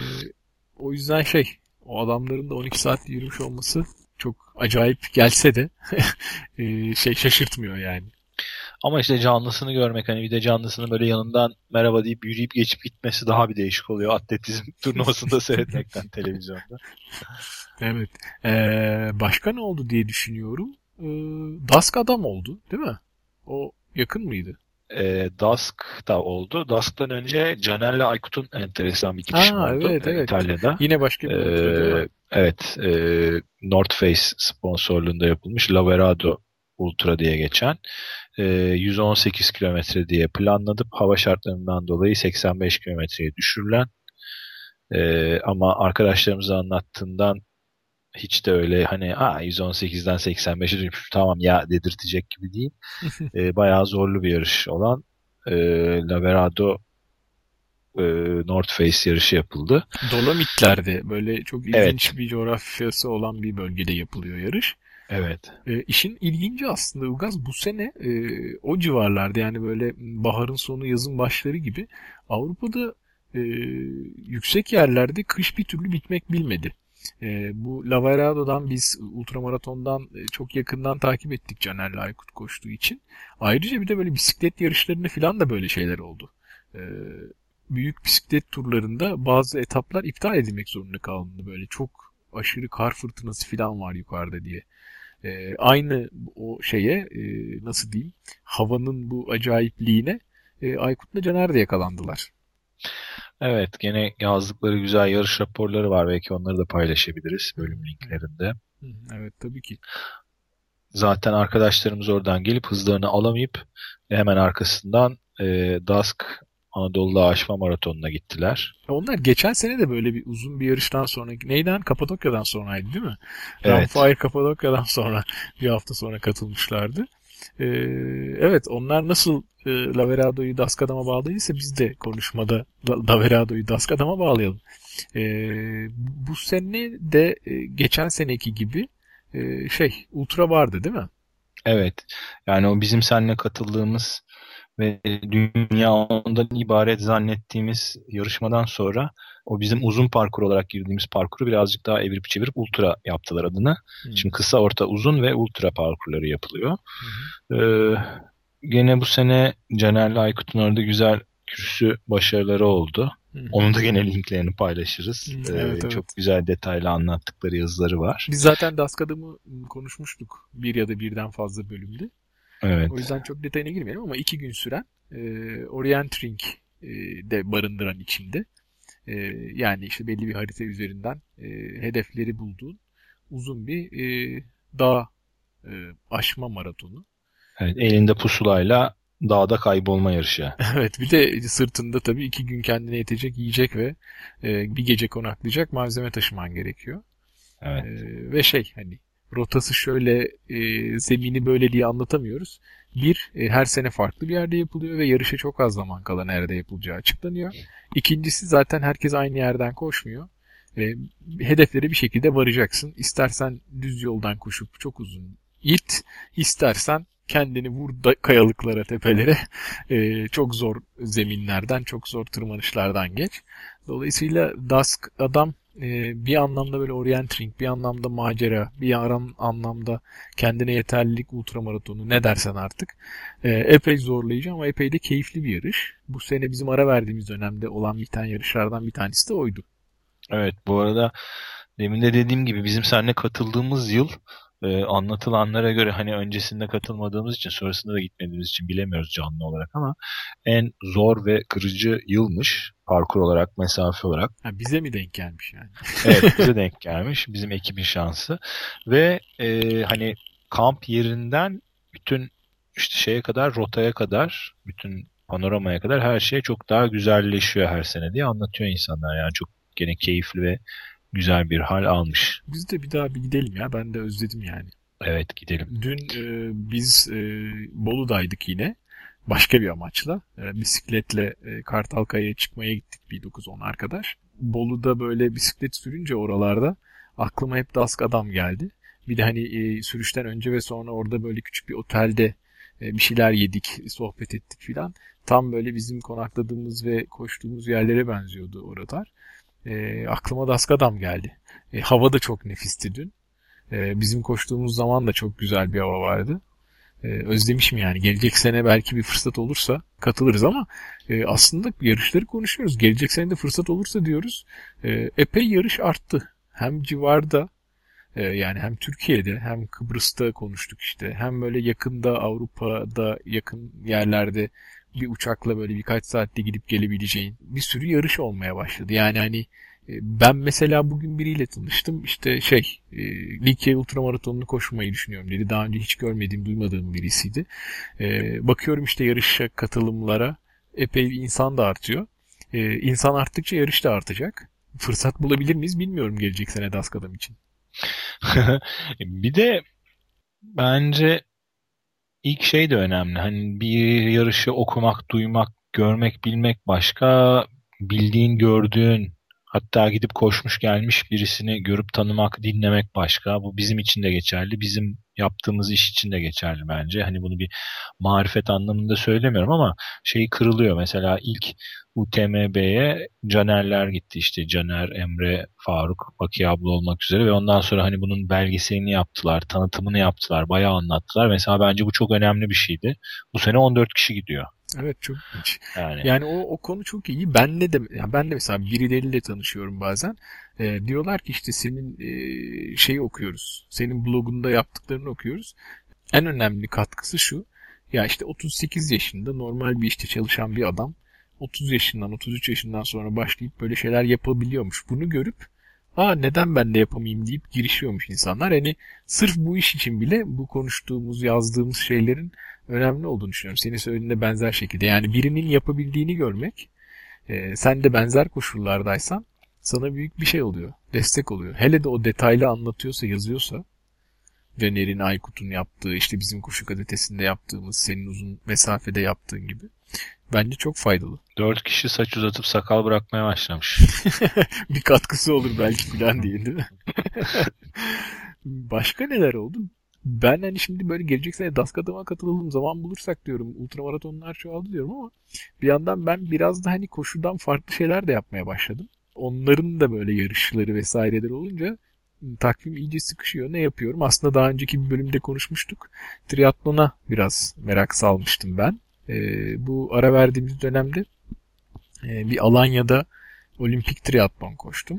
o yüzden şey o adamların da on iki saat yürümüş olması çok acayip gelse de e, şey şaşırtmıyor yani. Ama işte canlısını görmek, hani bir de canlısını böyle yanından merhaba deyip yürüyüp geçip gitmesi daha bir değişik oluyor. Atletizm turnuvasında seyretmekten televizyonda. Evet. Ee, başka ne oldu diye düşünüyorum. Ee, Dask Adam oldu, değil mi? O yakın mıydı? E, Dusk da oldu. Dusk'tan önce Caner'le Aykut'un enteresan bir girişimi Aa, oldu evet e, evet. İtalya'da. Yine başka E, bir ultra değil mi? evet, e, North Face sponsorluğunda yapılmış Laverado Ultra diye geçen e, yüz on sekiz kilometre diye planladıp hava şartlarından dolayı seksen beş kilometreye düşürülen, e, ama arkadaşlarımıza anlattığından hiç de öyle hani ha yüz on sekizden seksen beşe düşmüş tamam ya dedirtecek gibi değil. E, bayağı zorlu bir yarış olan e, Laverado e, North Face yarışı yapıldı. Dolomitler'de böyle çok Evet, ilginç bir coğrafyası olan bir bölgede yapılıyor yarış. evet, E, işin ilginci aslında Ilgaz bu sene e, o civarlarda yani böyle baharın sonu yazın başları gibi Avrupa'da e, yüksek yerlerde kış bir türlü bitmek bilmedi. E, bu Laverado'dan biz ultramaratondan e, çok yakından takip ettik Caner'le Aykut koştuğu için. Ayrıca bir de böyle bisiklet yarışlarında falan da böyle şeyler oldu. E, büyük bisiklet turlarında bazı etaplar iptal edilmek zorunda kaldı. Böyle çok aşırı kar fırtınası falan var yukarıda diye. E, aynı o şeye e, nasıl diyeyim havanın bu acayipliğine e, Aykut'la Caner de yakalandılar. evet. Gene yazdıkları güzel yarış raporları var. Belki onları da paylaşabiliriz Hı hı, bölüm hı linklerinde. hı. Evet tabii ki. Zaten arkadaşlarımız oradan gelip hızlarını alamayıp hemen arkasından e, Dusk Anadolu Aşma Maratonu'na gittiler. Onlar geçen sene de böyle bir uzun bir yarıştan sonra neyden Kapadokya'dan sonraydı değil mi? Evet. Runfire Kapadokya'dan sonra bir hafta sonra katılmışlardı. Ee, evet onlar nasıl e, Laverado'yu Daskadam'a bağladıysa biz de konuşmada La- Laverado'yu Daskadam'a bağlayalım. Ee, bu sene de e, geçen seneki gibi e, şey ultra vardı değil mi? Evet. Yani o bizim seninle katıldığımız ve dünya ondan ibaret zannettiğimiz yarışmadan sonra o bizim uzun parkur olarak girdiğimiz parkuru birazcık daha evirip çevirip ultra yaptılar adını. Hmm. Şimdi kısa, orta, uzun ve ultra parkurları yapılıyor. Hı hı. Ee, gene bu sene Caner'le Aykut'un orada güzel kürsü başarıları oldu. Hı hı. Onun da gene linklerini paylaşırız. Hı, evet, ee, evet. Çok güzel detaylı anlattıkları yazıları var. Biz zaten Daskadım'ı konuşmuştuk bir ya da birden fazla bölümde. Evet. O yüzden çok detayına girmeyelim ama iki gün süren e, Orientering e, de barındıran içinde. E, yani işte belli bir harita üzerinden e, hedefleri bulduğun uzun bir e, dağ e, aşma maratonu. Evet, elinde pusulayla dağda kaybolma yarışı. Evet, bir de sırtında tabii iki gün kendine yetecek yiyecek ve e, bir gece konaklayacak malzeme taşıman gerekiyor. Evet. E, ve şey hani rotası şöyle e, zemini böyle diye anlatamıyoruz. Bir, e, her sene farklı bir yerde yapılıyor ve yarışa çok az zaman kala nerede yapılacağı açıklanıyor. İkincisi zaten herkes aynı yerden koşmuyor. E, hedeflere bir şekilde varacaksın. İstersen düz yoldan koşup çok uzun it, istersen kendini vur da kayalıklara, tepelere, e, çok zor zeminlerden, çok zor tırmanışlardan geç. Dolayısıyla Dusk adam e, bir anlamda böyle orientering, bir anlamda macera, bir aran anlamda kendine yeterlilik ultramaratonu ne dersen artık. E, epey zorlayıcı ama epey de keyifli bir yarış. Bu sene bizim ara verdiğimiz dönemde olan biten yarışlardan bir tanesi de oydu. Evet, bu arada demin de dediğim gibi bizim seninle katıldığımız yıl e, anlatılanlara göre hani öncesinde katılmadığımız için sonrasında da gitmediğimiz için bilemiyoruz canlı olarak ama en zor ve kırıcı yılmış parkur olarak, mesafe olarak. Ha, bize mi denk gelmiş yani? Evet, bize denk gelmiş. Bizim ekibin şansı. Ve e, hani kamp yerinden bütün işte şeye kadar, rotaya kadar, bütün panoramaya kadar her şey çok daha güzelleşiyor her sene diye anlatıyor insanlar. Yani çok gene keyifli ve güzel bir hal almış. Biz de bir daha bir gidelim ya. Ben de özledim yani. Evet, gidelim. Dün e, biz e, Bolu'daydık yine. Başka bir amaçla. E, bisikletle e, Kartalkaya'ya çıkmaya gittik bir dokuz on arkadaş. Bolu'da böyle bisiklet sürünce oralarda aklıma hep Dask adam geldi. Bir de hani e, sürüşten önce ve sonra orada böyle küçük bir otelde e, bir şeyler yedik, sohbet ettik filan. Tam böyle bizim konakladığımız ve koştuğumuz yerlere benziyordu oralar. E, aklıma Dask adam geldi. E, hava da çok nefisti dün. E, bizim koştuğumuz zaman da çok güzel bir hava vardı. E, özlemişim yani. Gelecek sene belki bir fırsat olursa katılırız ama e, aslında yarışları konuşuyoruz. Gelecek sene de fırsat olursa diyoruz. E, epey yarış arttı. Hem civarda e, yani hem Türkiye'de hem Kıbrıs'ta konuştuk işte. Hem böyle yakında Avrupa'da yakın yerlerde bir uçakla böyle birkaç saatte gidip gelebileceğin bir sürü yarış olmaya başladı. Yani hani ben mesela bugün biriyle tanıştım. İşte şey, e, Likya ultramaratonunu koşmayı düşünüyorum dedi. Daha önce hiç görmediğim, duymadığım birisiydi. E, bakıyorum işte yarışa katılımlara epey bir insan da artıyor. E, insan arttıkça yarış da artacak. Fırsat bulabilir miyiz bilmiyorum gelecek sene Dask adam için. Bir de bence ilk şey de önemli. Hani bir yarışı okumak, duymak, görmek, bilmek başka, bildiğin, gördüğün, hatta gidip koşmuş gelmiş birisini görüp tanımak, dinlemek başka. Bu bizim için de geçerli. Bizim yaptığımız iş için de geçerli bence. Hani bunu bir marifet anlamında söylemiyorum ama şey kırılıyor. Mesela ilk U T M B'ye Caner'ler gitti, işte Caner, Emre, Faruk, Baki abla olmak üzere ve ondan sonra hani bunun belgeselini yaptılar, tanıtımını yaptılar, bayağı anlattılar. Mesela bence bu çok önemli bir şeydi. Bu sene on dört kişi gidiyor. Evet, çok ilginç. Yani, yani o, o konu çok iyi. Ben de, de yani ben de mesela birileriyle tanışıyorum bazen. E, diyorlar ki işte senin e, şeyi okuyoruz. Senin blogunda yaptıklarını okuyoruz. En önemli katkısı şu. Ya işte otuz sekiz yaşında normal bir işte çalışan bir adam otuz yaşından otuz üç yaşından sonra başlayıp böyle şeyler yapabiliyormuş. Bunu görüp aa neden ben de yapamayayım deyip girişiyormuş insanlar. Hani sırf bu iş için bile bu konuştuğumuz, yazdığımız şeylerin önemli olduğunu düşünüyorum. Senin söylediğinde benzer şekilde. Yani birinin yapabildiğini görmek, e, sen de benzer koşullardaysan sana büyük bir şey oluyor. Destek oluyor. Hele de o detaylı anlatıyorsa, yazıyorsa, Caner'in, Aykut'un yaptığı, işte bizim koşu gazetesinde yaptığımız, senin uzun mesafede yaptığın gibi. Bence çok faydalı. Dört kişi saç uzatıp sakal bırakmaya başlamış. Bir katkısı olur belki falan diye, değil mi? Başka neler oldu? Ben hani şimdi böyle gelecek sene Daskadam'a katılalım zaman bulursak diyorum. Ultramaratonlar çoğaldı diyorum ama bir yandan ben biraz da hani koşudan farklı şeyler de yapmaya başladım. Onların da böyle yarışları vesaireleri olunca takvim iyice sıkışıyor. Ne yapıyorum? Aslında daha önceki bir bölümde konuşmuştuk. Triatlona biraz merak salmıştım ben. Ee, bu ara verdiğimiz dönemde e, bir Alanya'da olimpik triatlon koştum.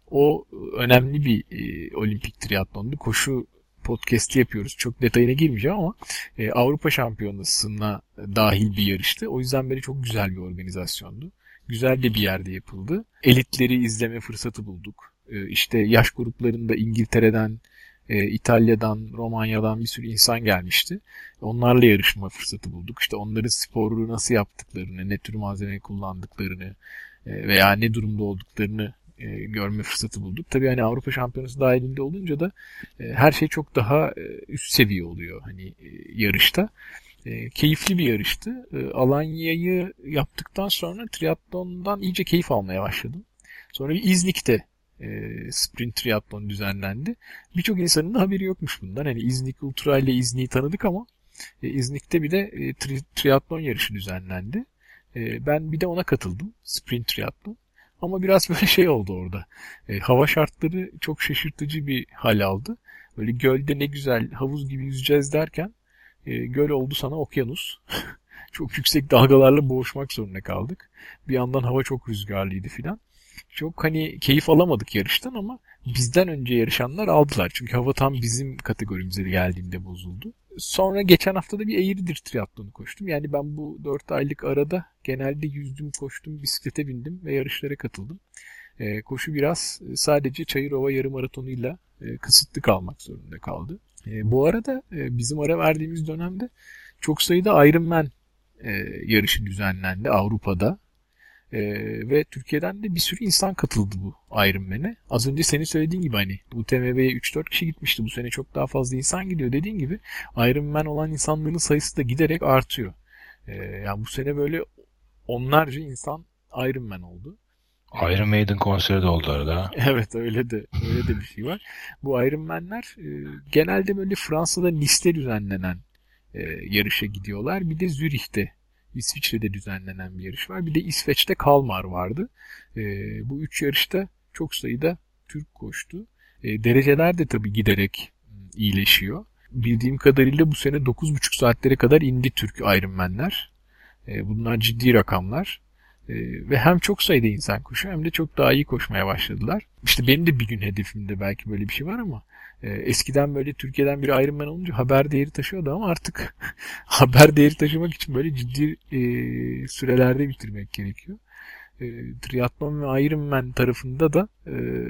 O önemli bir e, olimpik triatlondu. Koşu podcast'i yapıyoruz. Çok detayına girmeyeceğim ama e, Avrupa Şampiyonası'na dahil bir yarıştı. O yüzden böyle çok güzel bir organizasyondu. Güzel de bir yerde yapıldı. Elitleri izleme fırsatı bulduk. E, işte yaş gruplarında İngiltere'den, e, İtalya'dan, Romanya'dan bir sürü insan gelmişti. Onlarla yarışma fırsatı bulduk. İşte onların sporu nasıl yaptıklarını, ne tür malzeme kullandıklarını e, veya ne durumda olduklarını e, görme fırsatı bulduk. Tabii hani Avrupa Şampiyonası dahilinde olunca da e, her şey çok daha e, üst seviye oluyor hani e, yarışta. E, keyifli bir yarıştı. E, Alanya'yı yaptıktan sonra triatlondan iyice keyif almaya başladım. Sonra bir İznik'te e, sprint triatlon düzenlendi. Birçok insanın da haberi yokmuş bundan. Hani İznik Ultra ile İznik'i tanıdık ama e, İznik'te bir de e, tri- triatlon yarışı düzenlendi. E, ben bir de ona katıldım. Sprint triatlon. Ama biraz böyle şey oldu orada. E, hava şartları çok şaşırtıcı bir hal aldı. Böyle gölde ne güzel havuz gibi yüzeceğiz derken e, göl oldu sana okyanus. Çok yüksek dalgalarla boğuşmak zorunda kaldık. Bir yandan hava çok rüzgarlıydı filan. Çok hani keyif alamadık yarıştan ama bizden önce yarışanlar aldılar. Çünkü hava tam bizim kategorimize geldiğinde bozuldu. Sonra geçen hafta da bir Eğridir triatlonu koştum. Yani ben bu dört aylık arada genelde yüzdüm, koştum, bisiklete bindim ve yarışlara katıldım. E, koşu biraz sadece Çayırova yarım maratonuyla e, kısıtlı kalmak zorunda kaldı. E, bu arada e, bizim ara verdiğimiz dönemde çok sayıda Ironman e, yarışı düzenlendi Avrupa'da. E, ve Türkiye'den de bir sürü insan katıldı bu Ironman'e. Az önce senin söylediğin gibi hani U T M B'ye üç dört kişi gitmişti. Bu sene çok daha fazla insan gidiyor. Dediğin gibi Ironman olan insanların sayısı da giderek artıyor. E, yani bu sene böyle onlarca insan Ironman oldu. Iron Maiden konseri de oldu arada. Evet öyle de öyle de bir şey var. Bu Ironman'ler e, genelde böyle Fransa'da Nice'te düzenlenen e, yarışa gidiyorlar. Bir de Zürih'te, İsviçre'de düzenlenen bir yarış var. Bir de İsveç'te Kalmar vardı. E, bu üç yarışta çok sayıda Türk koştu. E, dereceler de tabii giderek iyileşiyor. Bildiğim kadarıyla bu sene dokuz buçuk saatlere kadar indi Türk Ironman'ler. E, bunlar ciddi rakamlar. E, ve hem çok sayıda insan koşuyor hem de çok daha iyi koşmaya başladılar. İşte benim de bir gün hedefimde belki böyle bir şey var ama e, eskiden böyle Türkiye'den bir Ironman olunca haber değeri taşıyordu ama artık haber değeri taşımak için böyle ciddi e, sürelerde bitirmek gerekiyor. E, triatlon ve Ironman tarafında da e,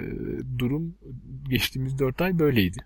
durum geçtiğimiz dört ay böyleydi.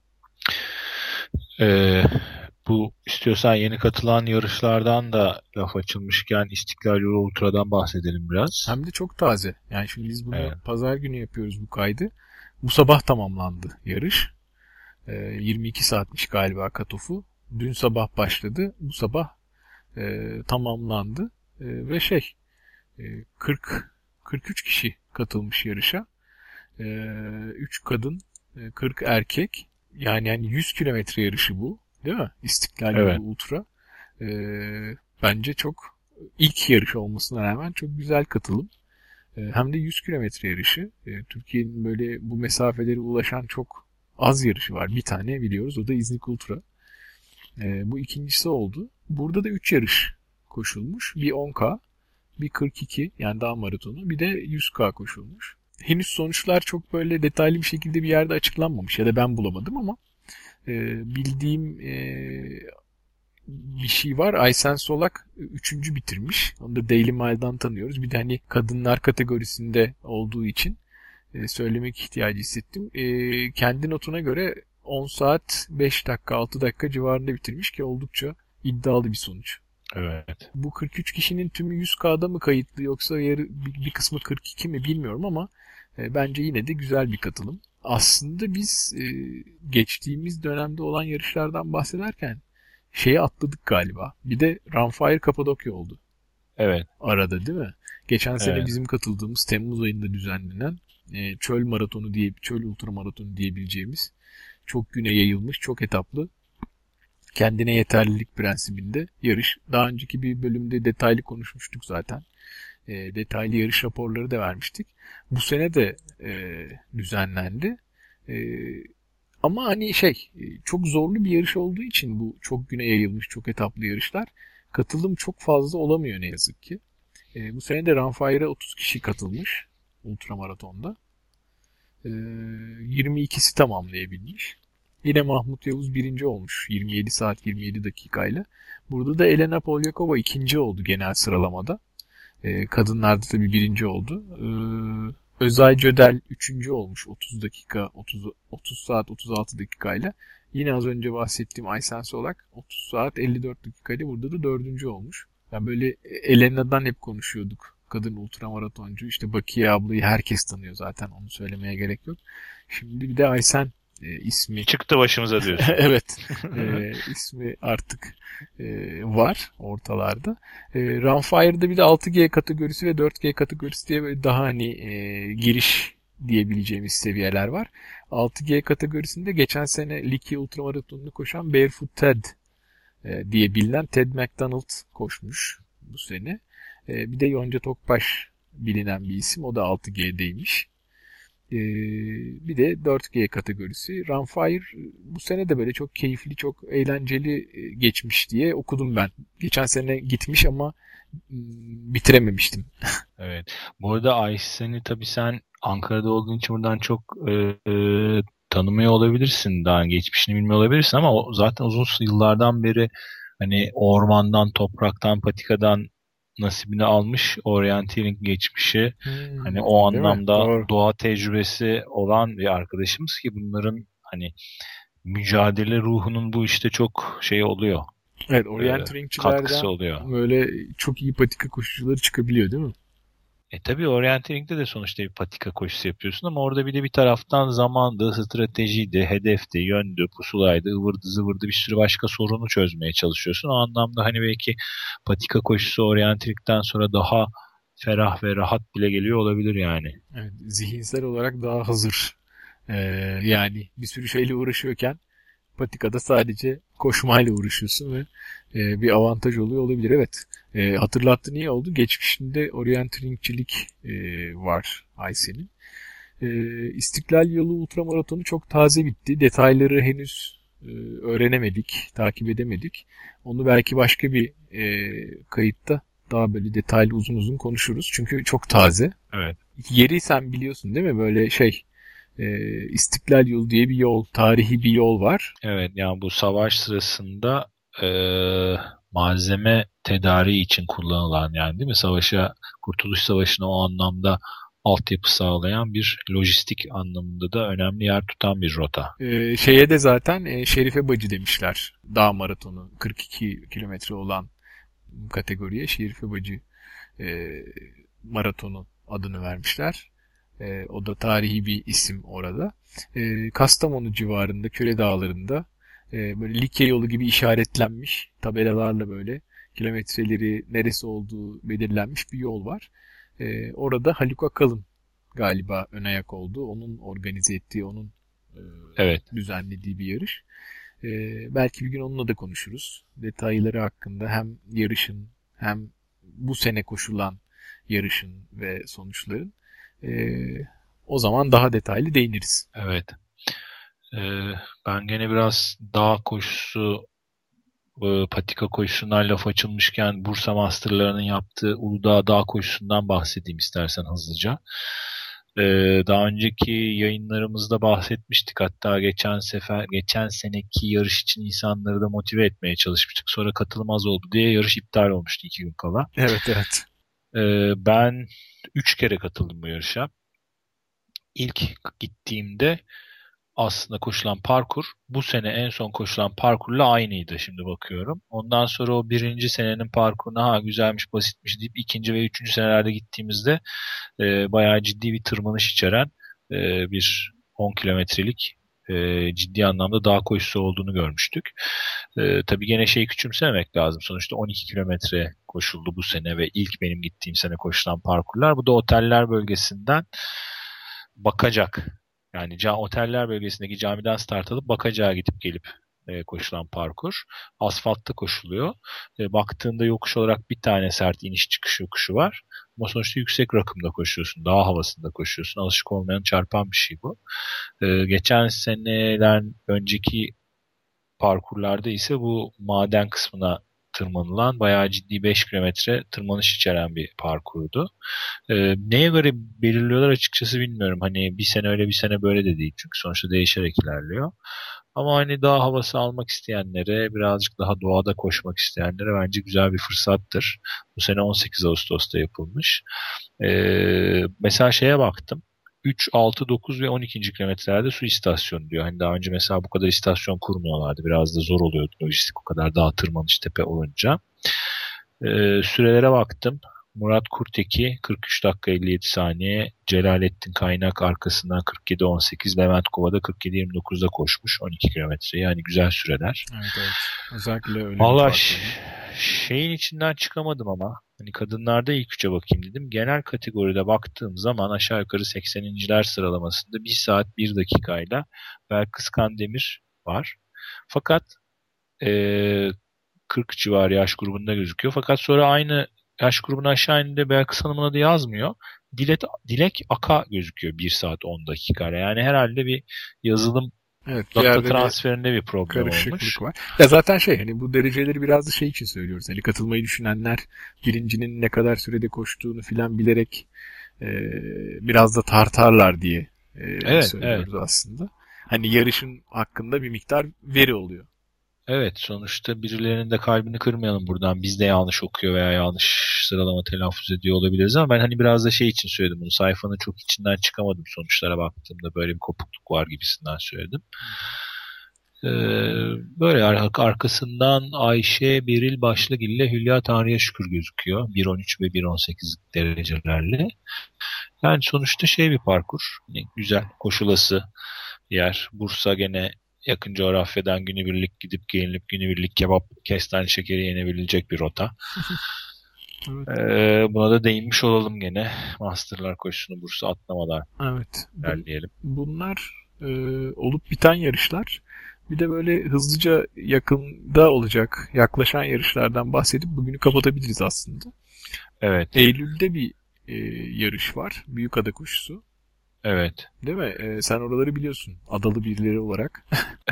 Ee, bu istiyorsan yeni katılan yarışlardan da laf açılmışken İstiklal Yolu Ultra'dan bahsedelim biraz. Hem de çok taze. Yani şimdi biz bunu Evet. pazar günü yapıyoruz bu kaydı. Bu sabah tamamlandı yarış. E, yirmi iki saatmiş galiba katofu. Dün sabah başladı. Bu sabah e, tamamlandı. E, ve şey e, kırk kırk üç kişi katılmış yarışa. E, üç kadın, e, kırk erkek. Yani yani yüz kilometre yarışı bu. Değil mi? İstiklal Yolu Evet. Ultra. E, bence çok ilk yarış olmasına rağmen çok güzel katılım. E, hem de yüz kilometre yarışı. E, Türkiye'nin böyle bu mesafelere ulaşan çok az yarışı var. Bir tane biliyoruz. O da İznik Ultra. E, bu ikincisi oldu. Burada da üç yarış koşulmuş. Bir on K, bir kırk iki yani dağ maratonu, bir de yüz K koşulmuş. Henüz sonuçlar çok böyle detaylı bir şekilde bir yerde açıklanmamış ya da ben bulamadım ama e, bildiğim e, bir şey var. Aysen Solak üçüncü bitirmiş. Onu da Daily Mail'dan tanıyoruz. Bir de hani kadınlar kategorisinde olduğu için e, söylemek ihtiyacı hissettim. E, kendi notuna göre on saat beş dakika altı dakika civarında bitirmiş ki oldukça iddialı bir sonuç. Evet. Bu kırk üç kişinin tümü yüz K'da mı kayıtlı yoksa yarı, bir, bir kısmı kırk iki mi bilmiyorum ama e, bence yine de güzel bir katılım. Aslında biz e, geçtiğimiz dönemde olan yarışlardan bahsederken şeye atladık galiba. Bir de Runfire Kapadokya oldu. Evet. Arada değil mi? Geçen sene Evet. bizim katıldığımız Temmuz ayında düzenlenen e, çöl maratonu diye çöl ultra maratonu diyebileceğimiz çok güne yayılmış, çok etaplı Kendine yeterlilik prensibinde yarış. Daha önceki bir bölümde detaylı konuşmuştuk zaten. E, detaylı yarış raporları da vermiştik. Bu sene de e, düzenlendi. E, ama hani şey çok zorlu bir yarış olduğu için bu çok güne yayılmış çok etaplı yarışlar katılım çok fazla olamıyor ne yazık ki. E, bu sene de Runfire'a otuz kişi katılmış ultramaratonda. E, yirmi ikisi tamamlayabilmiş. Yine Mahmut Yavuz birinci olmuş yirmi yedi saat yirmi yedi dakikayla. Burada da Elena Polyakova ikinci oldu genel sıralamada. E, kadınlarda tabii birinci oldu. E, Özay Cödel üçüncü olmuş otuz dakika otuz, otuz saat otuz altı dakikayla. Yine az önce bahsettiğim Aysen Solak otuz saat elli dört dakikayla burada da dördüncü olmuş. Yani böyle Elena'dan hep konuşuyorduk. Kadın ultramaratoncu. İşte Bakiye ablayı herkes tanıyor zaten. Onu söylemeye gerek yok. Şimdi bir de Aysen e, ismi. Çıktı başımıza diyorsun. Evet. E, ismi artık e, var ortalarda. E, Runfire'da bir de altı G kategorisi ve dört G kategorisi diye böyle daha hani e, giriş diyebileceğimiz seviyeler var. altı G kategorisinde geçen sene Likya ultramaratonunu koşan Barefoot Ted e, diye bilinen Ted McDonald koşmuş bu sene. E, bir de Yonca Tokbaş bilinen bir isim. O da altı G'deymiş. E, bir de dört G kategorisi. Runfire bu sene de böyle çok keyifli, çok eğlenceli geçmiş diye okudum ben. Geçen sene gitmiş ama bitirememiştim. Evet. Bu arada Aysen'i tabii sen Ankara'da olduğun için buradan çok e, e, tanımıyor olabilirsin. Daha geçmişini bilmiyor olabilirsin ama o zaten uzun yıllardan beri hani ormandan, topraktan, patikadan nasibini almış, orienteering geçmişi. Hmm, Hani o değil mi? anlamda Doğru. doğa tecrübesi olan bir arkadaşımız ki bunların hani mücadele ruhunun bu işte çok şey oluyor. Evet, E, katkısı orienteeringçilerden oluyor. böyle çok iyi patika koşucuları çıkabiliyor değil mi? E tabii orienteering'de de sonuçta bir patika koşusu yapıyorsun ama orada bir de bir taraftan zamandı, stratejiydi, hedefti, yöndü, pusulaydı, ıvırdı zıvırdı bir sürü başka sorunu çözmeye çalışıyorsun. O anlamda hani belki patika koşusu orienteering'den sonra daha ferah ve rahat bile geliyor olabilir yani. Evet, zihinsel olarak daha hazır. Ee, yani bir sürü şeyle uğraşıyorken patikada sadece koşmayla uğraşıyorsun ve e, bir avantaj oluyor olabilir. Evet. E, hatırlattığın iyi oldu. Geçmişinde orienteeringçilik e, var Aysen'in. E, İstiklal Yolu ultramaratonu çok taze bitti. Detayları henüz e, öğrenemedik, takip edemedik. Onu belki başka bir e, kayıtta daha böyle detaylı uzun uzun konuşuruz. Çünkü çok taze. Evet. Yeri sen biliyorsun değil mi? Böyle şey e, İstiklal Yolu diye bir yol, tarihi bir yol var. Evet yani bu savaş sırasında e, malzeme tedariği için kullanılan yani değil mi? Savaşa, Kurtuluş Savaşı'na o anlamda altyapı sağlayan bir lojistik anlamında da önemli yer tutan bir rota. Ee, şeye de zaten e, Şerife Bacı demişler. Dağ maratonu kırk iki kilometre olan kategoriye Şerife Bacı e, maratonu adını vermişler. E, o da tarihi bir isim orada. E, Kastamonu civarında, Köre Dağları'nda e, böyle Likya yolu gibi işaretlenmiş tabelalarla böyle kilometreleri neresi olduğu belirlenmiş bir yol var. E, orada Haluk Akalın galiba ön ayak oldu. Onun organize ettiği, onun e, Evet. düzenlediği bir yarış. E, belki bir gün onunla da konuşuruz. Detayları hakkında hem yarışın hem bu sene koşulan yarışın ve sonuçların. E, o zaman daha detaylı değiniriz. Evet. Ee, ben gene biraz dağ koşusu, e, patika koşusundan laf açılmışken Bursa Master'larının yaptığı Uludağ Dağ koşusundan bahsedeyim istersen hızlıca. Ee, daha önceki yayınlarımızda bahsetmiştik. Hatta geçen sefer, geçen seneki yarış için insanları da motive etmeye çalışmıştık. Sonra katılım az oldu diye yarış iptal olmuştu iki gün kala. Evet, evet. Ee, ben üç kere katıldım bu yarışa. İlk gittiğimde aslında koşulan parkur bu sene en son koşulan parkurla aynıydı şimdi bakıyorum. Ondan sonra o birinci senenin parkuruna ha güzelmiş basitmiş deyip ikinci ve üçüncü senelerde gittiğimizde e, bayağı ciddi bir tırmanış içeren e, bir on kilometrelik e, ciddi anlamda dağ koşusu olduğunu görmüştük. E, tabii gene şey küçümsememek lazım. Sonuçta on iki kilometre koşuldu bu sene ve ilk benim gittiğim sene koşulan parkurlar. Bu da oteller bölgesinden Bakacak. Yani ca oteller bölgesindeki camiden start alıp Bakacak'a gidip gelip e, koşulan parkur. Asfaltta koşuluyor. E, baktığında yokuş olarak bir tane sert iniş çıkış yokuşu var. Ama sonuçta yüksek rakımda koşuyorsun. Dağ havasında koşuyorsun. Alışık olmayan çarpan bir şey bu. E, geçen seneler önceki parkurlarda ise bu maden kısmına tırmanılan bayağı ciddi beş kilometre tırmanış içeren bir parkurdu. Ee, neye göre belirliyorlar açıkçası bilmiyorum. Hani bir sene öyle bir sene böyle de değil. Çünkü sonuçta değişerek ilerliyor. Ama hani dağ havası almak isteyenlere, birazcık daha doğada koşmak isteyenlere bence güzel bir fırsattır. Bu sene on sekiz Ağustos'ta yapılmış. Ee, mesela şeye baktım. üç, altı, dokuz ve on ikinci kilometrelerde su istasyonu diyor. Hani daha önce mesela bu kadar istasyon kurmuyorlardı. Biraz da zor oluyordu lojistik o kadar dağ tırmanış tepe olunca. Ee, sürelere baktım. Murat Kurteki kırk üç dakika elli yedi saniye. Celalettin Kaynak arkasından kırk yedi on sekiz. Levent Kova'da kırk yedi yirmi dokuzda koşmuş. on iki kilometre. Yani güzel süreler. Evet, evet. Özellikle öyle. Valla şeyin içinden çıkamadım ama. Hani kadınlarda ilk üçe bakayım dedim. Genel kategoride baktığım zaman aşağı yukarı sekseninciler sıralamasında bir saat bir dakikayla Belkıs Kandemir var. Fakat ee, kırk civarı yaş grubunda gözüküyor. Fakat sonra aynı yaş grubuna aşağı indiğinde Belkıs Hanım'ın adı yazmıyor. Dilek, Dilek Aka gözüküyor bir saat on dakikayla. Yani herhalde bir yazılım evet, data transferinde bir problem karışıklık olmuş. var. Ya zaten şey hani bu dereceleri biraz da şey için söylüyoruz. Hani katılmayı düşünenler birincinin ne kadar sürede koştuğunu filan bilerek e, biraz da tartarlar diye e, evet, söylüyoruz evet. aslında. Hani yarışın hakkında bir miktar veri oluyor. Evet, sonuçta birilerinin de kalbini kırmayalım buradan. Biz de yanlış okuyor veya yanlış sıralama telaffuz ediyor olabiliriz ama ben hani biraz da şey için söyledim bunu. Sayfanın çok içinden çıkamadım sonuçlara baktığımda böyle bir kopukluk var gibisinden söyledim. Ee, böyle arkasından Ayşe Beril Başlıgil ile Hülya Tanrı'ya şükür gözüküyor. bir on üç ve bir on sekiz derecelerle. Yani sonuçta şey bir parkur. Yani güzel, koşulası yer. Bursa gene yakın coğrafyadan günübirlik gidip gelinip günübirlik kebap, kestane şekeri yenebilecek bir rota. Evet. Ee, buna da değinmiş olalım gene. Masterlar koşusunu Bursa atlamadan evet. ilerleyelim. Bunlar e, olup biten yarışlar. Bir de böyle hızlıca yakında olacak, yaklaşan yarışlardan bahsedip bugünü kapatabiliriz aslında. Evet. Eylül'de bir e, yarış var. Büyükada koşusu. Evet. Değil mi? Ee, sen oraları biliyorsun. Adalı birileri olarak.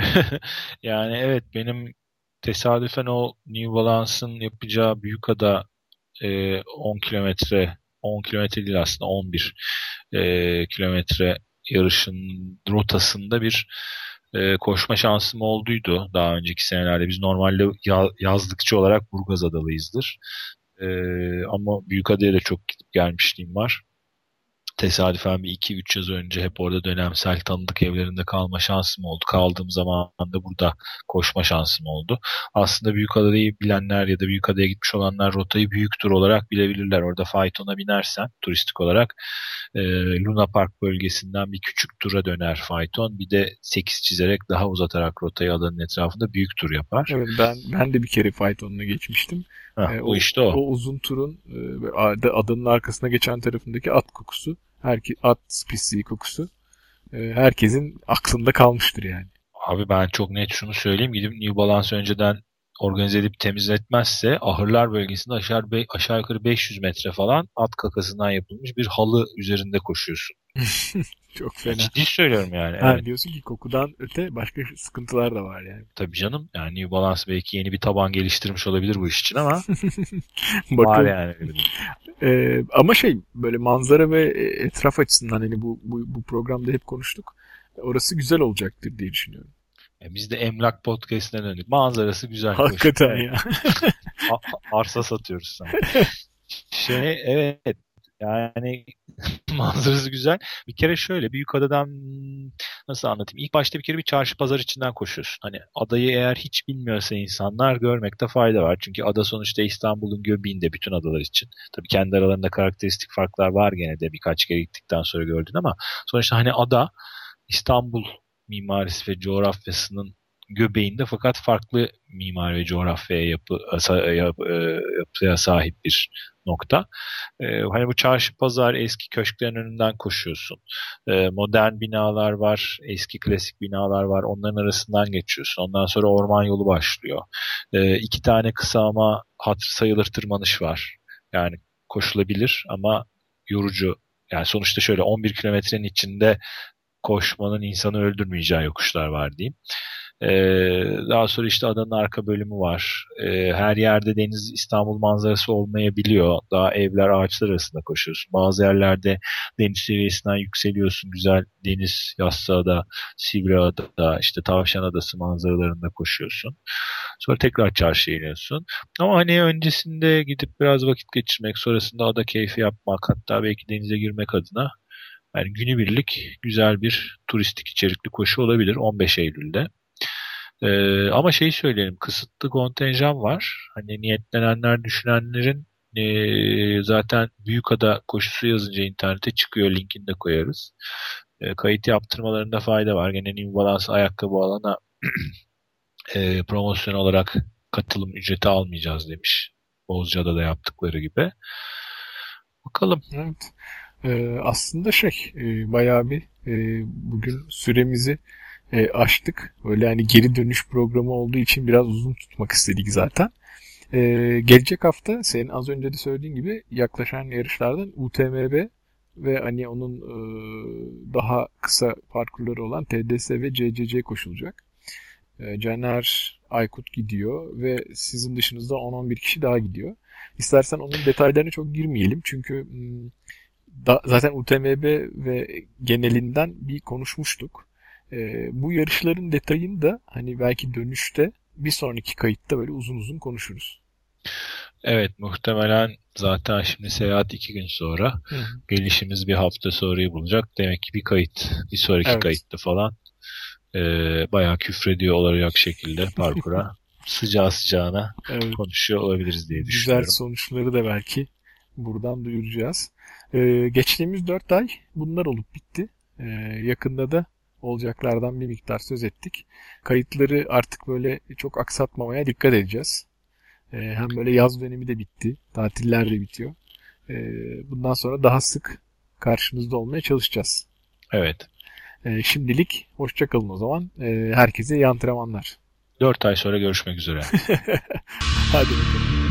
Yani evet, benim tesadüfen o New Balance'ın yapacağı Büyükada e, on kilometre on kilometre değil aslında on bir e, kilometre yarışın rotasında bir e, koşma şansım olduydu daha önceki senelerde. Biz normalde ya, yazlıkçı olarak Burgaz Adalıyızdır. E, ama Büyükada'ya da çok gidip gelmişliğim var. Tesadüfen bir iki üç yıl önce hep orada dönemsel tanıdık evlerinde kalma şansım oldu. Kaldığım zaman da burada koşma şansım oldu. Aslında Büyükada'yı bilenler ya da Büyükada'ya gitmiş olanlar rotayı büyük tur olarak bilebilirler. Orada faytona binersen turistik olarak e, Luna Park bölgesinden bir küçük tura döner fayton. Bir de sekiz çizerek daha uzatarak rotayı alanın etrafında büyük tur yapar. Evet, ben ben de bir kere faytonuna geçmiştim. Heh, ee, o, o işte o. O uzun turun e, adanın arkasına geçen tarafındaki at kokusu, herke, at pisliği kokusu e, herkesin aklında kalmıştır yani. Abi ben çok net şunu söyleyeyim. Gidip New Balance önceden organize edip temizletmezse ahırlar bölgesinde aşağı, be, aşağı yukarı beş yüz metre falan at kakasından yapılmış bir halı üzerinde koşuyorsun. Çok fena. Ciddi söylüyorum yani. Ha, evet. Diyorsun ki kokudan öte başka sıkıntılar da var yani. Tabii canım. Yani New Balance belki yeni bir taban geliştirmiş olabilir bu iş için ama var yani. Ee, ama şey böyle manzara ve etraf açısından hani bu, bu, bu programda hep konuştuk. Orası güzel olacaktır diye düşünüyorum. E biz de Emlak Podcast'ine döndük. Manzarası güzel. Hakikaten ya. Arsa satıyoruz sana. Şey evet. Yani manzarası güzel. Bir kere şöyle Büyükada'dan nasıl anlatayım? İlk başta bir kere bir çarşı pazar içinden koşuyorsun. Hani adayı eğer hiç bilmiyorsa insanlar görmekte fayda var. Çünkü ada sonuçta İstanbul'un göbeğinde bütün adalar için. Tabii kendi aralarında karakteristik farklar var gene de birkaç kere gittikten sonra gördün ama sonuçta hani ada İstanbul mimarisi ve coğrafyasının göbeğinde fakat farklı mimari ve coğrafyaya yapı, yap, yapıya sahip bir nokta. Ee, hani bu çarşı pazar, eski köşklerin önünden koşuyorsun. Ee, modern binalar var, eski klasik binalar var. Onların arasından geçiyorsun. Ondan sonra orman yolu başlıyor. Ee, iki tane kısa ama hatır sayılır tırmanış var. Yani koşulabilir ama yorucu. Yani sonuçta şöyle on bir kilometrenin içinde koşmanın insanı öldürmeyeceği yokuşlar var diyeyim. Ee, daha sonra işte adanın arka bölümü var. Ee, her yerde deniz, İstanbul manzarası olmayabiliyor. Daha evler, ağaçlar arasında koşuyorsun. Bazı yerlerde deniz seviyesinden yükseliyorsun. Güzel deniz, Yassıada, Sivriada'da, işte Tavşan Adası manzaralarında koşuyorsun. Sonra tekrar çarşıya iniyorsun. Ama hani öncesinde gidip biraz vakit geçirmek, sonrasında ada keyfi yapmak, hatta belki denize girmek adına yani günübirlik güzel bir turistik içerikli koşu olabilir on beş Eylül'de. Ee, ama şeyi söyleyelim, kısıtlı kontenjan var. Hani niyetlenenler, düşünenlerin e, zaten Büyükada koşusu yazınca internete çıkıyor, linkini de koyarız. E, kayıt yaptırmalarında fayda var. Gene New Balance ayakkabı alana e, promosyon olarak katılım ücreti almayacağız demiş. Bozcaada da yaptıkları gibi. Bakalım. Evet. Ee, aslında şey e, bayağı bir e, bugün süremizi e, aştık. Böyle hani geri dönüş programı olduğu için biraz uzun tutmak istedik zaten. E, gelecek hafta senin az önce de söylediğin gibi yaklaşan yarışlardan U T M B ve hani onun e, daha kısa parkurları olan T D S ve C C C koşulacak. E, Caner, Aykut gidiyor ve sizin dışınızda on on bir kişi daha gidiyor. İstersen onun detaylarına çok girmeyelim çünkü da, zaten U T M B ve genelinden bir konuşmuştuk. Ee, bu yarışların detayını da hani belki dönüşte bir sonraki kayıtta böyle uzun uzun konuşuruz. Evet, muhtemelen zaten şimdi seyahat iki gün sonra. Hı-hı. Gelişimiz bir hafta sonrayı bulacak. Demek ki bir kayıt, bir sonraki evet. kayıtta falan e, bayağı küfrediyor olacak şekilde parkura sıcağı sıcağına evet. konuşuyor olabiliriz diye düşünüyorum. Güzel sonuçları da belki buradan duyuracağız. Ee, geçtiğimiz dört ay bunlar olup bitti. Ee, yakında da olacaklardan bir miktar söz ettik. Kayıtları artık böyle çok aksatmamaya dikkat edeceğiz. Ee, hem böyle yaz dönemi de bitti. Tatiller de bitiyor. Ee, bundan sonra daha sık karşınızda olmaya çalışacağız. Evet. Ee, şimdilik hoşça kalın o zaman. Ee, herkese iyi antrenmanlar. dört ay sonra görüşmek üzere. Hadi bakalım.